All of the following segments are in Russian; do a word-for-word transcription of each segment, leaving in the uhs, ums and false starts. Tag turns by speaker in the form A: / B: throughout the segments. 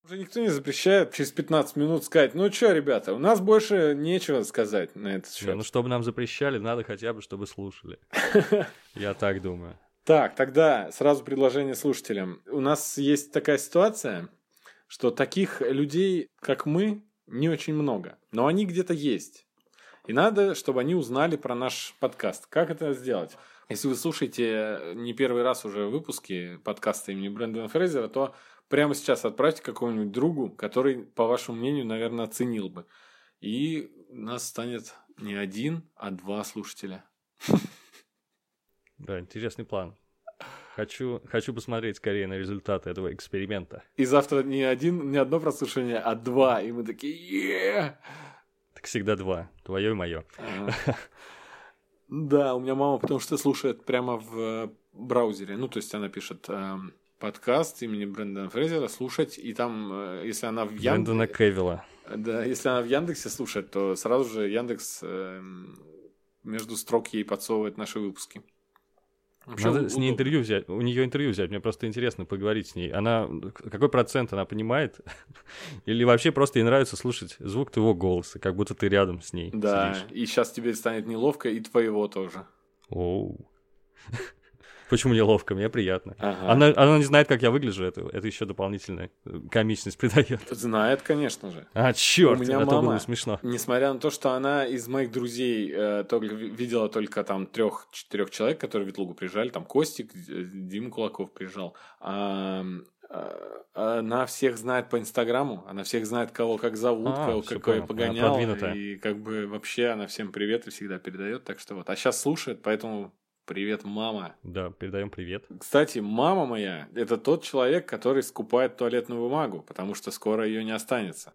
A: Уже никто не запрещает через пятнадцать минут сказать: ну что, ребята, у нас больше нечего сказать на этот счет.
B: Не, ну, чтобы нам запрещали, надо хотя бы, чтобы слушали. Я так думаю.
A: Так, тогда сразу предложение слушателям. У нас есть такая ситуация, что таких людей, как мы, не очень много. Но они где-то есть. И надо, чтобы они узнали про наш подкаст. Как это сделать? Если вы слушаете не первый раз уже выпуски подкаста имени Брэндона Фрейзера, то прямо сейчас отправьте какому-нибудь другу, который, по вашему мнению, наверное, оценил бы. И у нас станет не один, а два слушателя.
B: Да, интересный план. Хочу, хочу посмотреть скорее на результаты этого эксперимента.
A: И завтра не один, не одно прослушивание, а два. И мы такие: е
B: Так всегда два. Твое и мое.
A: Ага. Да, у меня мама потому что слушает прямо в браузере. Ну, то есть она пишет э, подкаст имени Брэндона Фрейзера слушать. И там, э, если она в Яндексе...
B: Брэндона Кевилла.
A: Да, если она в Яндексе слушает, то сразу же Яндекс э, между строк ей подсовывает наши выпуски. Вообще
B: Надо
A: удобно.
B: с ней интервью взять, у нее интервью взять, мне просто интересно поговорить с ней. Она, какой процент она понимает? Или вообще просто ей нравится слушать звук твоего голоса, как будто ты рядом с ней
A: Да,
B: сидишь.
A: и сейчас тебе станет неловко, и твоего тоже.
B: Оу. Почему неловко? Мне приятно.
A: Ага.
B: Она, она не знает, как я выгляжу, это, это еще дополнительная комичность придает.
A: Знает, конечно же.
B: А, черт,
A: У меня
B: а то
A: мама,
B: было смешно.
A: Несмотря на то, что она из моих друзей э, только, видела только там трех-четырех человек, которые в Ветлугу приезжали, там Костик, Дима Кулаков приезжал, а, а, она всех знает по Инстаграму, она всех знает, кого как зовут,
B: А,
A: кого
B: всё
A: какое
B: понял.
A: погонял,
B: Она продвинутая.
A: и как бы вообще она всем привет и всегда передает, так что вот. А сейчас слушает, поэтому привет, мама.
B: Да, передаем привет.
A: Кстати, мама моя – это тот человек, который скупает туалетную бумагу, потому что скоро ее не останется.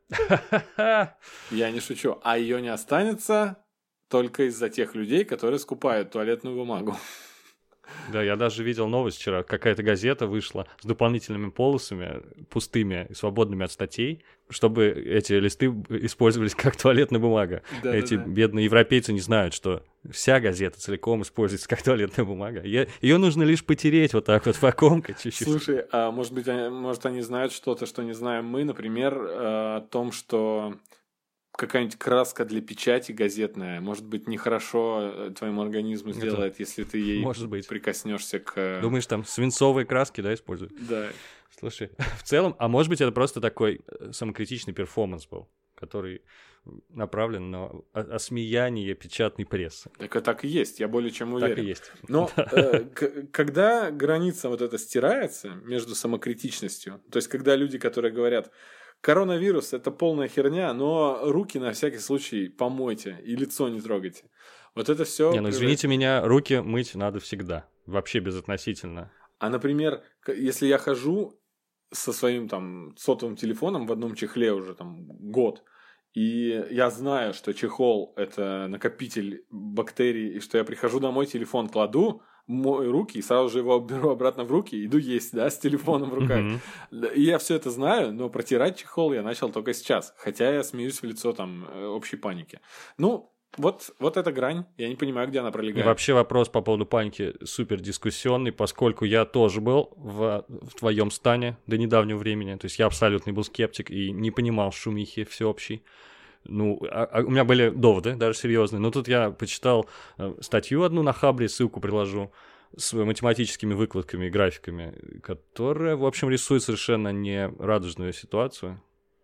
A: Я не шучу. А ее не останется только из-за тех людей, которые скупают туалетную бумагу.
B: Да, я даже видел новость вчера. Какая-то газета вышла с дополнительными полосами, пустыми и свободными от статей, чтобы эти листы использовались как туалетная бумага.
A: Да,
B: эти
A: да, да.
B: бедные европейцы не знают, что вся газета целиком используется как туалетная бумага. Ее нужно лишь потереть вот так вот, вакуумкой чуть-чуть.
A: Слушай, а может быть, они, может, они знают что-то, что не знаем мы, например, о том, что какая-нибудь краска для печати газетная, может быть, нехорошо твоему организму сделает, Это если ты ей
B: может быть.
A: прикоснешься к...
B: Думаешь, там свинцовые краски, да, используют?
A: Да.
B: Слушай, в целом, а может быть, это просто такой самокритичный перформанс был, который направлен на осмеяние печатной прессы.
A: Так, так и есть, я более чем уверен.
B: Так и есть.
A: Но э, к- когда граница вот эта стирается между самокритичностью, то есть когда люди, которые говорят: коронавирус – это полная херня, но руки на всякий случай помойте и лицо не трогайте. Вот это все.
B: Не, ну извините меня, руки мыть надо всегда. Вообще безотносительно.
A: А, например, к- если я хожу со своим там сотовым телефоном в одном чехле уже там год, и я знаю, что чехол – это накопитель бактерий, и что я прихожу домой, телефон кладу, мою руки, и сразу же его беру обратно в руки, иду есть, да, с телефоном в руках.
B: Mm-hmm.
A: И я все это знаю, но протирать чехол я начал только сейчас, хотя я смеюсь в лицо там общей паники. Ну, вот, вот эта грань, я не понимаю, где она пролегает.
B: И вообще вопрос по поводу паники супер дискуссионный, поскольку я тоже был в, в твоем стане до недавнего времени, то есть я абсолютно был скептик и не понимал шумихи всеобщей. Ну, а, а у меня были доводы, даже серьезные. Но тут я почитал э, статью одну на Хабре, ссылку приложу, с математическими выкладками и графиками, которая, в общем, рисует совершенно не радужную ситуацию.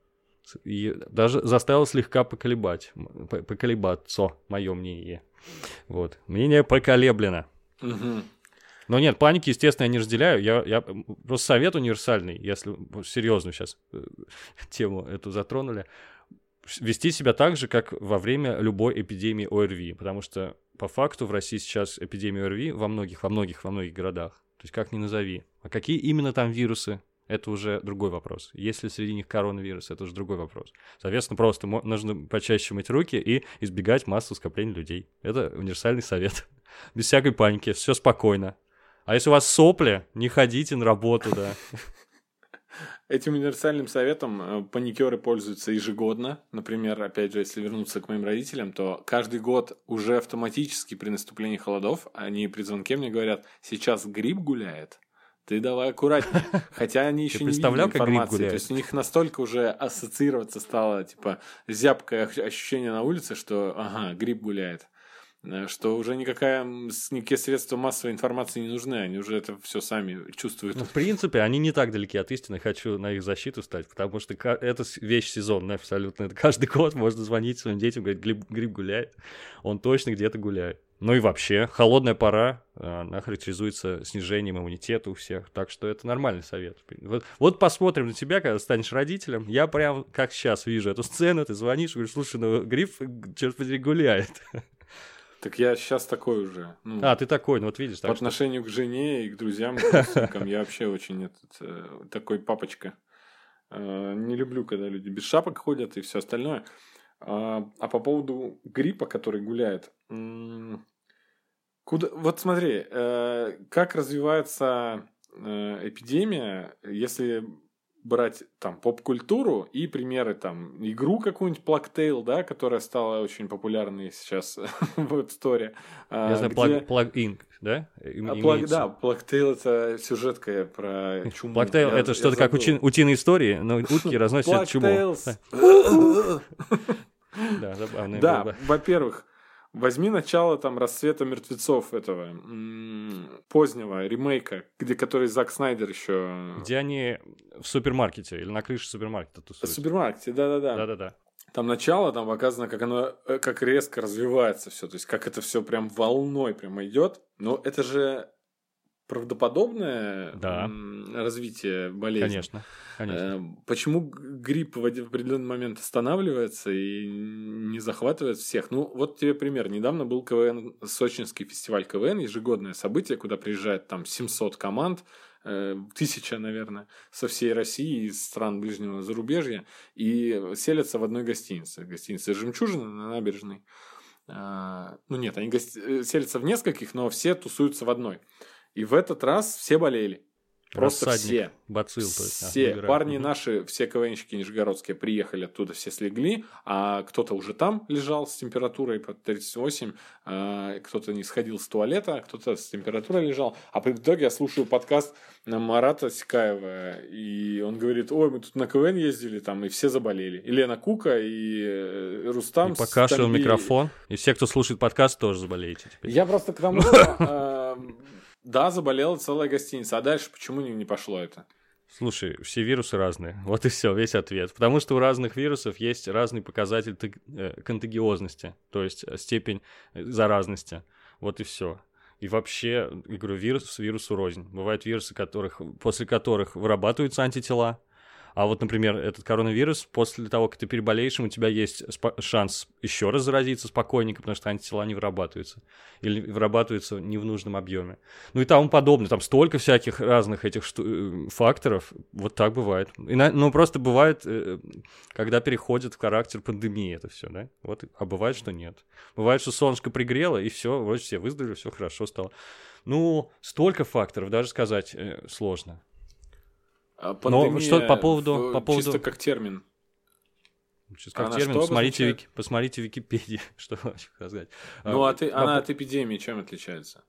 B: И даже заставила слегка поколебать, поколебаться мое мнение. Вот. Мнение поколеблено.
A: Угу.
B: Но нет, паники, естественно, я не разделяю. Я, я просто совет универсальный, если серьезную сейчас тему эту затронули. Вести себя так же, как во время любой эпидемии ОРВИ, потому что по факту в России сейчас эпидемия ОРВИ во многих, во многих, во многих городах. То есть как ни назови. А какие именно там вирусы, это уже другой вопрос. Есть ли среди них коронавирус, это уже другой вопрос. Соответственно, просто нужно почаще мыть руки и избегать массового скопления людей. Это универсальный совет. Без всякой паники, все спокойно. А если у вас сопли, не ходите на работу, да.
A: Этим универсальным советом паникеры пользуются ежегодно. Например, опять же, если вернуться к моим родителям, то каждый год уже автоматически при наступлении холодов они при звонке мне говорят: сейчас грипп гуляет, ты давай аккуратнее. Хотя они еще не видели информации. То есть у них настолько уже ассоциироваться стало, типа, зябкое ощущение на улице, что, ага, гриб гуляет. Что уже никакая, никакие средства массовой информации не нужны, они уже это все сами чувствуют.
B: Ну, в принципе, они не так далеки от истины, хочу на их защиту стать, потому что это вещь сезонная абсолютно. Это каждый год можно звонить своим детям, говорить, гриб, гриб гуляет, он точно где-то гуляет. Ну и вообще, холодная пора, она характеризуется снижением иммунитета у всех, так что это нормальный совет. Вот, вот посмотрим на тебя, когда станешь родителем. Я прям как сейчас вижу эту сцену, ты звонишь, говоришь, слушай, ну гриб, черт подери, гуляет.
A: Так я сейчас такой уже. Ну,
B: а, ты такой, ну вот видишь.
A: По
B: так
A: отношению что... к жене и к друзьям, к родственникам, я вообще очень этот, э, такой папочка. Э, не люблю, когда люди без шапок ходят и все остальное. А, а по поводу гриппа, который гуляет. М- куда... Вот смотри, э, как развивается э, эпидемия, если... брать там поп-культуру и примеры там игру какую-нибудь Plague Tale, да, которая стала очень популярной сейчас в App Store.
B: Я знаю, где... Plug-in, да?
A: А, плаг... Да, Plague Tale это сюжетка про чуму.
B: Plague Tale это что-то как учи... утиные истории, но утки разносят чуму. Да, забавно.
A: Да, во-первых, возьми начало там «Рассвета мертвецов» этого м- позднего ремейка, где который Зак Снайдер еще...
B: Где они в супермаркете или на крыше супермаркета тусуются.
A: В супермаркете, да-да-да.
B: Да-да-да.
A: Там начало, там показано, как оно, как резко развивается все, то есть как это все прям волной прямо идет. Но это же правдоподобное
B: да.
A: м- развитие болезни.
B: Конечно. Конечно.
A: Почему грипп в определенный момент останавливается и не захватывает всех? Ну, вот тебе пример. Недавно был КВН, Сочинский фестиваль КВН, ежегодное событие, куда приезжает там семьсот команд, тысяча, наверное, со всей России, из стран ближнего зарубежья, и селятся в одной гостинице. Гостиница «Жемчужина» на набережной. Ну, нет, они гости... селятся в нескольких, но все тусуются в одной. И в этот раз все болели. Просто
B: Рассадник,
A: все.
B: бацилл, то есть,
A: все.
B: а,
A: Парни
B: угу.
A: наши, все КВНщики нижегородские приехали оттуда, все слегли, а кто-то уже там лежал с температурой под тридцать восемь, а кто-то не сходил с туалета, а кто-то с температурой лежал. А по итоге я слушаю подкаст Марата Сикаева, и он говорит, ой, мы тут на КВН ездили, там, и все заболели. И Лена Кука, и Рустам.
B: И покашлял микрофон, и все, кто слушает подкаст, тоже заболеете теперь.
A: Я просто к тому, что... Да, заболела целая гостиница. А дальше почему не, не пошло это?
B: Слушай, все вирусы разные. Вот и все, весь ответ. Потому что у разных вирусов есть разный показатель контагиозности, то есть степень заразности. Вот и все. И вообще, я говорю, вирус вирусу рознь. Бывают вирусы, которых, после которых вырабатываются антитела. А вот, например, этот коронавирус, после того, как ты переболеешь, у тебя есть спо- шанс еще раз заразиться спокойненько, потому что антитела не вырабатываются. Или вырабатываются не в нужном объеме. Ну и тому подобное. Там столько всяких разных этих шту- факторов. Вот так бывает. И на- ну, просто бывает, э, когда переходит в характер пандемии это все, да? Вот, а бывает, что нет. Бывает, что солнышко пригрело, и все, вроде все выздоровели, все хорошо стало. Ну, столько факторов, даже сказать э, сложно.
A: Пандемия,
B: но что по поводу,
A: в,
B: по поводу...
A: чисто как термин.
B: Чисто как
A: она
B: термин,
A: что
B: посмотрите, вики, посмотрите Википедию, что хочу сказать.
A: Ну, а, а ты,
B: а,
A: она
B: по...
A: от эпидемии чем отличается?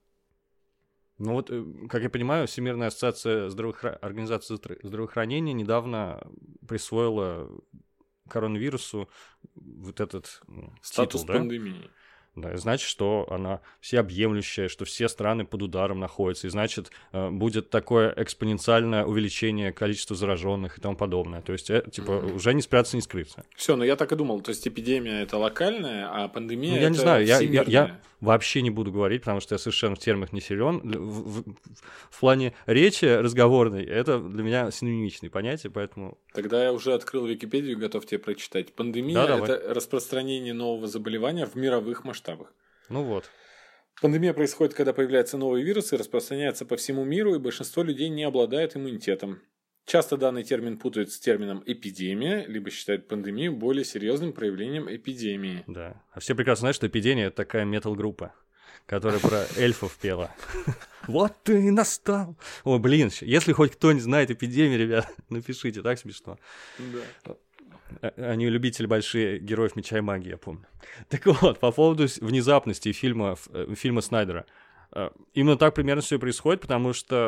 B: Ну вот, как я понимаю, Всемирная ассоциация здравоохра... Организации здравоохранения недавно присвоила коронавирусу вот этот
A: статус
B: титул,
A: пандемии.
B: Да? Да, значит, что она всеобъемлющая, что все страны под ударом находятся, и значит, будет такое экспоненциальное увеличение количества зараженных и тому подобное. То есть, типа, mm-hmm. уже не спрятаться, не скрыться.
A: Все, ну я так и думал. То есть, эпидемия это локальная, а пандемия
B: ну, я
A: это
B: не знаю, я, я, я
A: вообще
B: не буду говорить, потому что я совершенно в терминах не силен. В, в, в плане речи разговорной это для меня синонимичные понятия, поэтому...
A: Тогда я уже открыл Википедию и готов тебе прочитать. Пандемия да, – это давай. Распространение нового заболевания в мировых масштабах.
B: Ну вот.
A: Пандемия происходит, когда появляются новые вирусы, распространяются по всему миру, и большинство людей не обладает иммунитетом. Часто данный термин путают с термином «эпидемия», либо считают пандемию более серьезным проявлением эпидемии.
B: Да. А все прекрасно знают, что «Эпидемия» — это такая метал-группа, которая про эльфов пела. Вот ты и настал. Ой, блин, если хоть кто-нибудь знает «Эпидемию», ребят, напишите, так смешно.
A: Да.
B: Они любители большие героев меча и магии, я помню. Так вот, по поводу внезапности фильма, фильма Снайдера. Именно так примерно все и происходит, потому что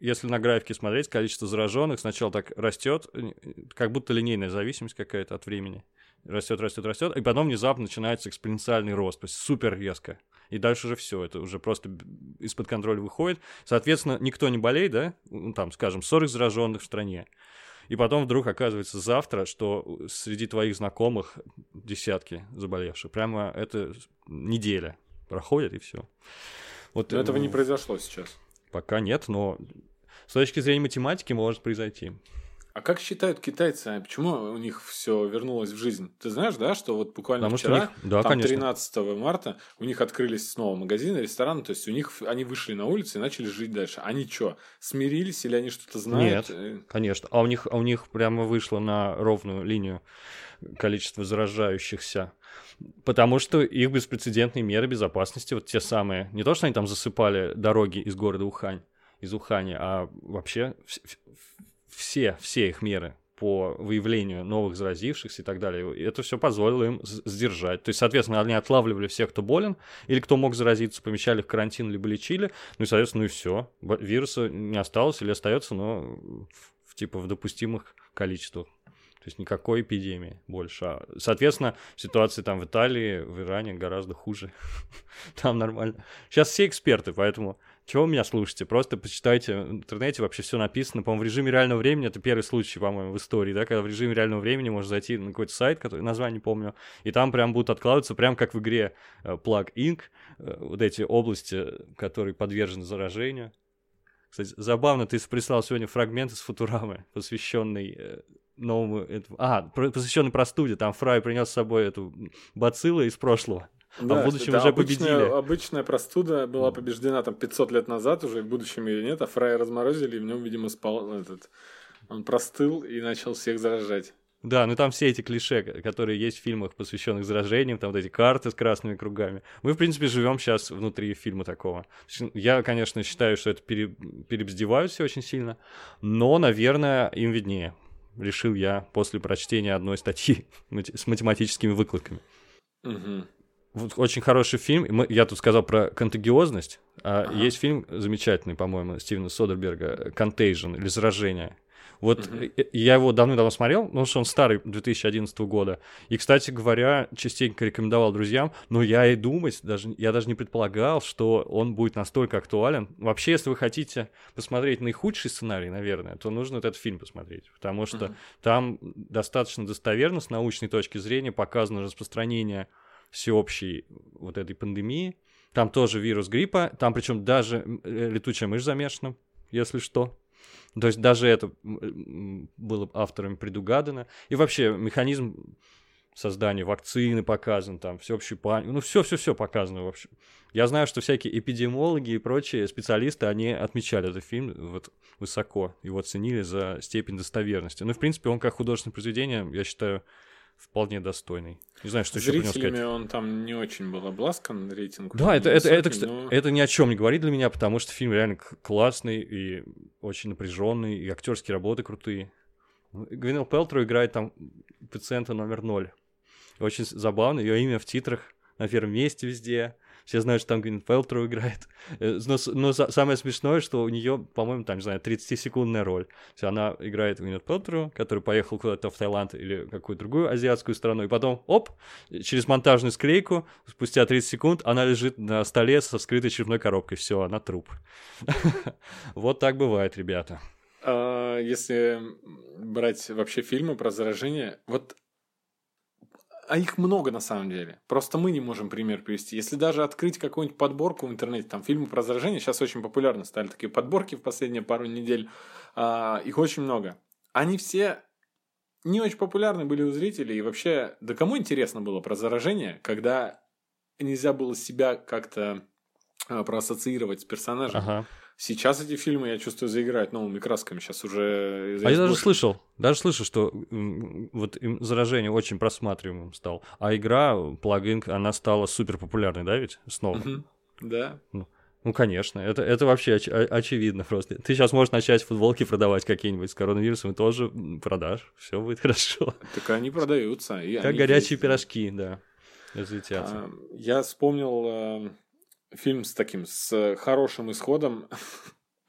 B: если на графике смотреть, количество зараженных сначала так растет, как будто линейная зависимость какая-то от времени. Растет, растет, растет, и потом внезапно начинается экспоненциальный рост, то есть супер резко. И дальше уже все, это уже просто из-под контроля выходит. Соответственно, никто не болеет, да, ну, там, скажем, сорок зараженных в стране. И потом вдруг оказывается завтра, что среди твоих знакомых десятки заболевших. Прямо это неделя проходит, и все. Вот,
A: но этого не произошло сейчас.
B: Пока нет, но с точки зрения математики может произойти.
A: А как считают китайцы, почему у них все вернулось в жизнь? Ты знаешь, да, что вот буквально
B: Потому
A: вчера,
B: них... да,
A: там
B: конечно.
A: тринадцатого марта, у них открылись снова магазины, рестораны, то есть у них они вышли на улицу и начали жить дальше. Они что, смирились или они что-то знают?
B: Нет, конечно. А у них, а у них прямо вышло на ровную линию количество заражающихся. Потому что их беспрецедентные меры безопасности, вот те самые, не то, что они там засыпали дороги из города Ухань, из Ухани, а вообще все, все их меры по выявлению новых заразившихся и так далее, и это все позволило им сдержать. То есть, соответственно, они отлавливали всех, кто болен, или кто мог заразиться, помещали в карантин, либо лечили, ну и, соответственно, ну и все. Вируса не осталось или остается, но в, типа в допустимых количествах. То есть никакой эпидемии больше. Соответственно, ситуация там в Италии, в Иране гораздо хуже. Там нормально. Сейчас все эксперты, поэтому чего вы меня слушаете? Просто почитайте в интернете, вообще все написано. По-моему, в режиме реального времени, это первый случай, по-моему, в истории, да, когда в режиме реального времени можно зайти на какой-то сайт, который название не помню, и там прям будут откладываться, прям как в игре Plague инк, вот эти области, которые подвержены заражению. Кстати, забавно, ты прислал сегодня фрагмент из Футурамы, посвященный новому... А, посвященный простуде. Там Фрай принес с собой эту бациллу из прошлого.
A: Да,
B: а в будущем
A: да,
B: уже
A: обычная,
B: победили.
A: Обычная простуда была побеждена там пятьсот лет назад уже, в будущем ее нет, а Фрая разморозили, и в нем, видимо, спал этот... Он простыл и начал всех заражать.
B: Да, ну там все эти клише, которые есть в фильмах, посвященных заражениям, там вот эти карты с красными кругами. Мы, в принципе, живем сейчас внутри фильма такого. Я, конечно, считаю, что это пере... перебздевают все очень сильно, но, наверное, им виднее. Решил я после прочтения одной статьи с математическими выкладками.
A: Угу.
B: Вот очень хороший фильм. Я тут сказал про контагиозность. А
A: ага.
B: Есть фильм замечательный, по-моему, Стивена Содерберга «Contagion» или «Заражение». Вот uh-huh. я его давно-давно смотрел, потому что он старый, две тысячи одиннадцатого года. И, кстати говоря, частенько рекомендовал друзьям, но я и думать, даже, я даже не предполагал, что он будет настолько актуален. Вообще, если вы хотите посмотреть наихудший сценарий, наверное, то нужно вот этот фильм посмотреть, потому что uh-huh. там достаточно достоверно с научной точки зрения показано распространение всеобщей вот этой пандемии. Там тоже вирус гриппа, там причем даже летучая мышь замешана, если что. То есть даже это было авторами предугадано. И вообще механизм создания вакцины показан, там всеобщую панику. Ну, все-все-все показано, в общем. Я знаю, что всякие эпидемиологи и прочие специалисты, они отмечали этот фильм вот высоко. Его ценили за степень достоверности. Ну, в принципе, он как художественное произведение, я считаю, вполне достойный. Не знаю, что еще про него сказать.
A: Он там не очень был обласкан, рейтинг.
B: Да, это,
A: высокий,
B: это, это, но... это ни о чем не говорит для меня, потому что фильм реально классный и очень напряженный, и актерские работы крутые. Гвинет Пэлтроу играет там пациента номер ноль. Очень забавно, ее имя в титрах на первом месте везде. Все знают, что там Гвинет Пэлтроу играет. Но, но самое смешное, что у нее, по-моему, там, не знаю, тридцатисекундная роль. То есть она играет Гвинет Пэлтроу, который поехал куда-то в Таиланд или какую-то другую азиатскую страну, и потом, оп, через монтажную склейку, спустя тридцать секунд, она лежит на столе со вскрытой черепной коробкой. Все, она труп. Вот так бывает, ребята.
A: Если брать вообще фильмы про заражение, вот а их много на самом деле. Просто мы не можем пример привести. Если даже открыть какую-нибудь подборку в интернете, там фильмы про заражение, сейчас очень популярны стали такие подборки в последние пару недель, а, их очень много. Они все не очень популярны были у зрителей. И вообще, да кому интересно было про заражение, когда нельзя было себя как-то а, проассоциировать с персонажем?
B: Ага.
A: Сейчас эти фильмы, я чувствую, заиграют новыми красками. Сейчас уже...
B: А я даже слышал, даже слышал, что вот заражение очень просматриваемым стал. А игра, плагин, она стала супер популярной, да, ведь? Снова.
A: Mm-hmm. Да.
B: Ну, ну, конечно, это, это вообще оч- очевидно просто. Ты сейчас можешь начать футболки продавать какие-нибудь с коронавирусом, и тоже продашь, все будет хорошо.
A: Так они продаются. И
B: как
A: они
B: горячие
A: есть.
B: Пирожки, да, разлетятся.
A: А, я вспомнил... Фильм с таким, с хорошим исходом.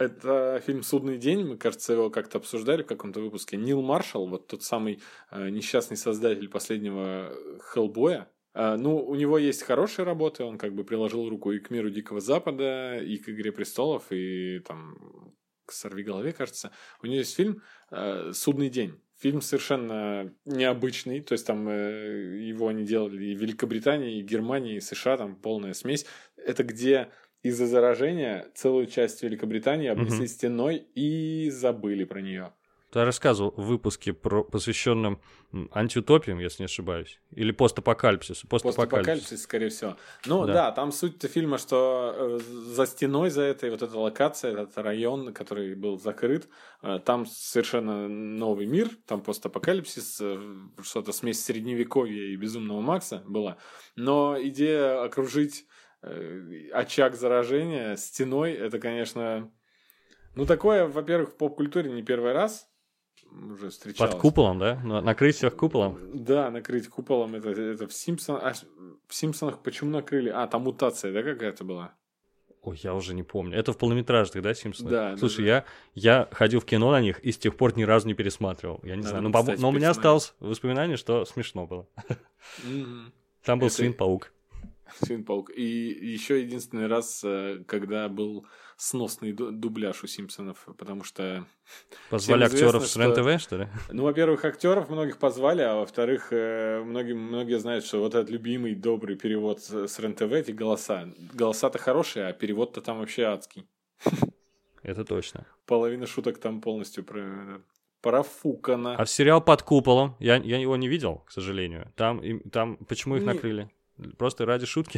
A: Это фильм «Судный день». Мы, кажется, его как-то обсуждали в каком-то выпуске. Нил Маршалл, вот тот самый э, несчастный создатель последнего «Хеллбоя». Э, ну, у него есть хорошие работы. Он как бы приложил руку и к «Миру Дикого Запада», и к «Игре престолов», и там к «Сорвиголове», кажется. У него есть фильм э, «Судный день». Фильм совершенно необычный. То есть там э, его они делали и в Великобритании, и в Германии, и в США. Там полная смесь. Это где... Из-за заражения целую часть Великобритании обнесли
B: Мгм.
A: стеной и забыли про нее.
B: Ты рассказывал в выпуске, про, посвященном м, антиутопиям, если не ошибаюсь, или постапокалипсису. Постапокалипсис.
A: Постапокалипсис, скорее всего. Ну да,
B: Да.
A: там суть фильма, что э, за стеной, за этой вот эта локация, этот район, который был закрыт, э, там совершенно новый мир, там постапокалипсис, э, что-то смесь средневековья и Безумного Макса была. Но идея окружить э, очаг заражения стеной, это, конечно... Ну, такое, во-первых, в поп-культуре не первый раз уже встречалось.
B: Под куполом, да? На- Накрыть всех куполом.
A: Да, накрыть куполом, это, это в Симпсонах. А, в Симпсонах почему накрыли? А, там мутация, да, какая-то была?
B: Ой, я уже не помню. Это в полнометражных, да, Симпсоны?
A: Да,
B: Слушай,
A: да,
B: я, я ходил в кино на них и с тех пор ни разу не пересматривал. Я не
A: Надо
B: знаю. Но,
A: бы,
B: бабу-
A: кстати,
B: но у меня
A: пересмотреть.
B: осталось воспоминание, что смешно было.
A: Мгм.
B: Там был
A: Это-
B: свин-паук.
A: Свин-паук. И еще единственный раз, э, когда был сносный ду- дубляж у Симпсонов, потому что...
B: Позвали
A: всем известно,
B: актеров с
A: что-
B: РЕН-ТВ, что ли?
A: Ну, во-первых, актеров многих позвали, а во-вторых, э, многие, многие знают, что вот этот любимый, добрый перевод с с РЕН-ТВ, эти голоса. Голоса-то хорошие, а перевод-то там вообще адский.
B: Это точно.
A: Половина шуток там полностью про... профукана.
B: А в сериал «Под куполом» я, я его не видел, к сожалению. Там, им- там почему их
A: Не-
B: накрыли? Просто ради шутки?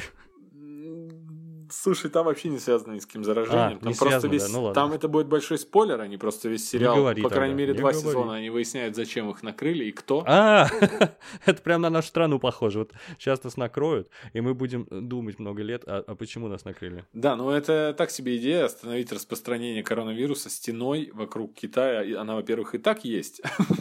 A: М, Слушай, там вообще не связано ни с каким заражением.
B: А,
A: там
B: не
A: просто
B: связано,
A: весь...
B: да, ну ладно.
A: Там это будет большой спойлер, а не просто весь сериал.
B: говори
A: По крайней
B: тогда,
A: мере,
B: не
A: два
B: говори.
A: сезона они выясняют, зачем их накрыли и кто.
B: А, это прям на нашу страну похоже. Вот сейчас нас накроют, и мы будем думать много лет, а, а почему нас накрыли?
A: Да, ну это так себе идея остановить распространение коронавируса стеной вокруг Китая. И она, во-первых, и так есть.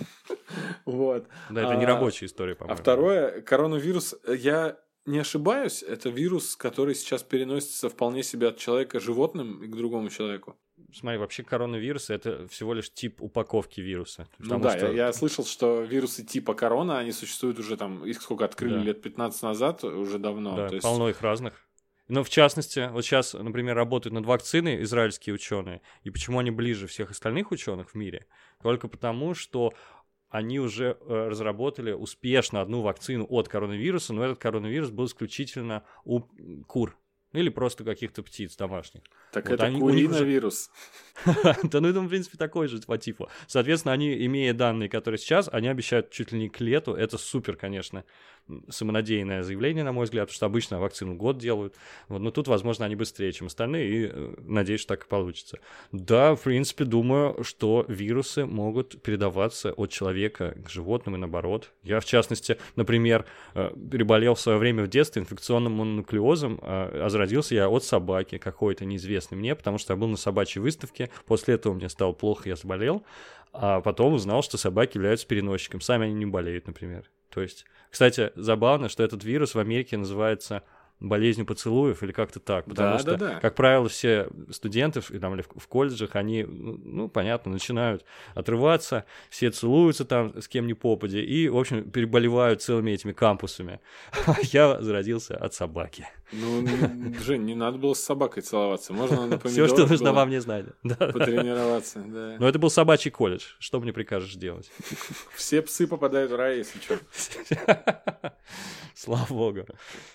A: Вот.
B: Да, это не
A: А-
B: рабочая история,
A: А
B: по-моему.
A: второе, коронавирус, я не ошибаюсь, это вирус, который сейчас переносится вполне себе от человека животным и к другому человеку.
B: Смотри, вообще коронавирус — это всего лишь тип упаковки вируса.
A: Ну
B: Потому
A: да,
B: что-
A: я, я слышал, что вирусы типа корона, они существуют уже там, их сколько открыли,
B: Да.
A: лет пятнадцать назад, уже давно.
B: Да,
A: То есть...
B: полно их разных. Но в частности, вот сейчас, например, работают над вакциной израильские ученые. И почему они ближе всех остальных ученых в мире? Только потому, что они уже э, разработали успешно одну вакцину от коронавируса, но этот коронавирус был исключительно у кур. Или просто каких-то птиц домашних.
A: Так
B: Вот
A: это
B: они- у них уже-
A: куриновирус.
B: Да, ну это, в принципе, такой же по типу. Соответственно, они, имея данные, которые сейчас, они обещают чуть ли не к лету. Это супер, конечно, м, самонадеянное заявление, на мой взгляд, потому что обычно вакцину год делают. Вот, но тут, возможно, они быстрее, чем остальные, и э, надеюсь, что так и получится. Да, в принципе, думаю, что вирусы могут передаваться от человека к животным и наоборот. Я, в частности, например, э, переболел в свое время в детстве инфекционным мононуклеозом, а а заразился я от собаки какой-то неизвестной мне, потому что я был на собачьей выставке. После этого мне стало плохо, я заболел. А потом узнал, что собаки являются переносчиком. Сами они не болеют, например. То есть, кстати, забавно, что этот вирус в Америке называется болезнью поцелуев или как-то так. Потому
A: Да,
B: что,
A: да, да.
B: как правило, все студенты в- там, или в, в колледжах, они, ну, ну, понятно, начинают отрываться, все целуются там с кем ни попадя и, в общем, переболевают целыми этими кампусами. А я заразился от собаки.
A: Ну, н- Жень, не надо было с собакой целоваться. Можно на
B: Все,
A: помидорах
B: что нужно
A: было
B: вам не знать. Да.
A: потренироваться. Да.
B: Но это был собачий колледж. Что мне прикажешь делать?
A: Все псы попадают в рай, если что.
B: Слава богу.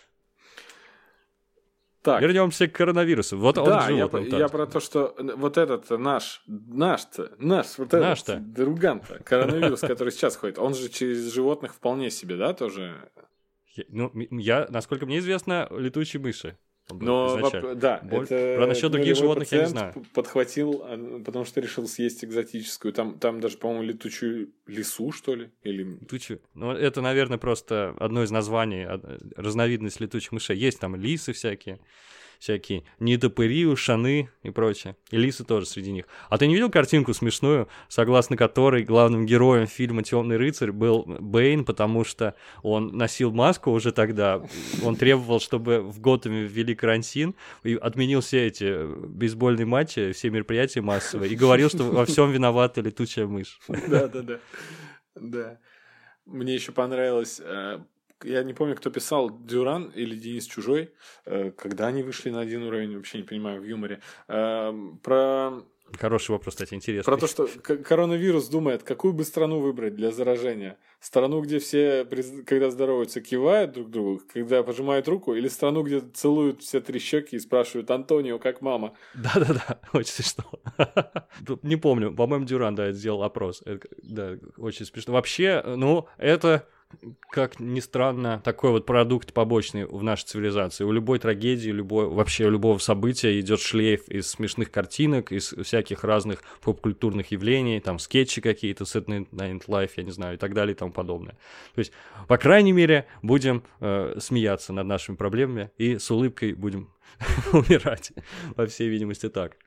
A: Так,
B: Вернемся к коронавирусу. Вот он
A: да,
B: к
A: я,
B: животным
A: про-
B: так.
A: я про то, что вот этот наш, наш-то, наш, вот этот
B: Наш-то.
A: друган-то, коронавирус, который сейчас ходит, он же через животных вполне себе, да, тоже?
B: Я- Ну, м- я, насколько мне известно, летучие мыши. Он был
A: Но,
B: изначально.
A: воп- да,
B: Боль-
A: это
B: про насчет других
A: нулевой
B: животных я не
A: пациент
B: знаю.
A: п- подхватил, а, потому что решил съесть экзотическую. Там, там даже, по-моему, летучую лису, что ли? Или...
B: Летучие. Ну, это, наверное, просто одно из названий, од- разновидность летучих мышей. Есть там лисы всякие всякие нетопыри, ушаны и прочее. И лисы тоже среди них. А ты не видел картинку смешную, согласно которой главным героем фильма «Темный рыцарь» был Бэйн, потому что он носил маску уже тогда, он требовал, чтобы в Готэме ввели карантин, и отменил все эти бейсбольные матчи, все мероприятия массовые, и говорил, что во всем виновата летучая мышь.
A: Да-да-да. Да. Мне еще понравилось... Я не помню, кто писал, Дюран или Денис Чужой, когда они вышли на один уровень, вообще не понимаю, в юморе, про...
B: Хороший вопрос, кстати, интересный.
A: Про то, что коронавирус думает, какую бы страну выбрать для заражения. Страну, где все, когда здороваются, кивают друг другу, когда пожимают руку, или страну, где целуют все три щеки и спрашивают: «Антонио, как мама?»
B: Да-да-да, очень смешно. Не помню, по-моему, Дюран, да, сделал опрос. Да, очень смешно. Вообще, ну, это... как ни странно, такой вот продукт побочный в нашей цивилизации. У любой трагедии, любой, вообще у любого события идет шлейф из смешных картинок, из всяких разных поп-культурных явлений, там скетчи какие-то, Saturday Night Live, я не знаю, и так далее и тому подобное. То есть, по крайней мере, будем э, смеяться над нашими проблемами и с улыбкой будем умирать, по всей видимости, так.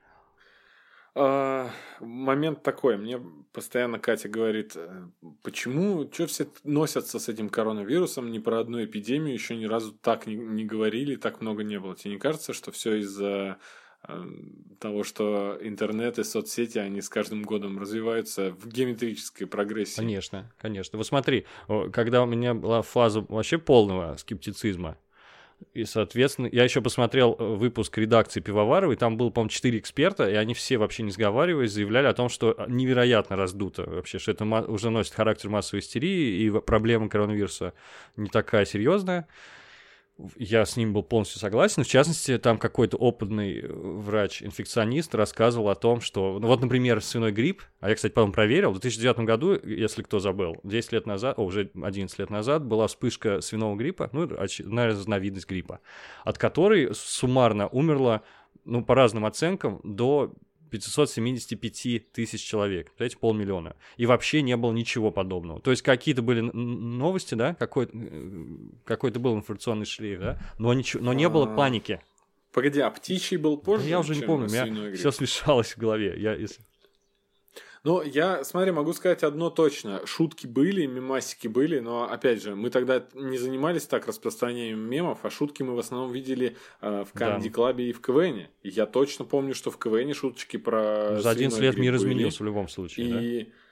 A: А, момент такой, мне постоянно Катя говорит: почему, что все носятся с этим коронавирусом, ни про одну эпидемию еще ни разу так не, не говорили, так много не было. Тебе не кажется, что все из-за э, того, что интернет и соцсети, они с каждым годом развиваются в геометрической прогрессии?
B: Конечно, конечно. Вот смотри, когда у меня была фаза вообще полного скептицизма, и, соответственно, я еще посмотрел выпуск редакции Пивоваровой, там было, по-моему, четыре эксперта, и они все, вообще не сговариваясь, заявляли о том, что невероятно раздуто вообще, что это уже носит характер массовой истерии, и проблема коронавируса не такая серьезная. Я с ним был полностью согласен. В частности, там какой-то опытный врач-инфекционист рассказывал о том, что... Ну вот, например, свиной грипп, а я, кстати, потом проверил, в две тысячи девятом году, если кто забыл, десять лет назад, о, уже одиннадцать лет назад была вспышка свиного гриппа, ну, наверное, разновидность гриппа, от которой суммарно умерло, ну, по разным оценкам, до пятьсот семьдесят пять тысяч человек, представляете, полмиллиона. И вообще не было ничего подобного. То есть какие-то были новости, да, какой-то, какой-то был информационный шлейф, да, но, ничего, но не было паники.
A: Погоди, а птичий был позже?
B: Я уже не помню, у меня все смешалось в голове. Я, если...
A: Ну, я, смотри, могу сказать одно точно. Шутки были, мемасики были, но, опять же, мы тогда не занимались так распространением мемов, а шутки мы в основном видели э, в Comedy Club и в КВН. И я точно помню, что в КВН шуточки про...
B: За одиннадцать лет мир изменился в любом случае,
A: и...
B: да?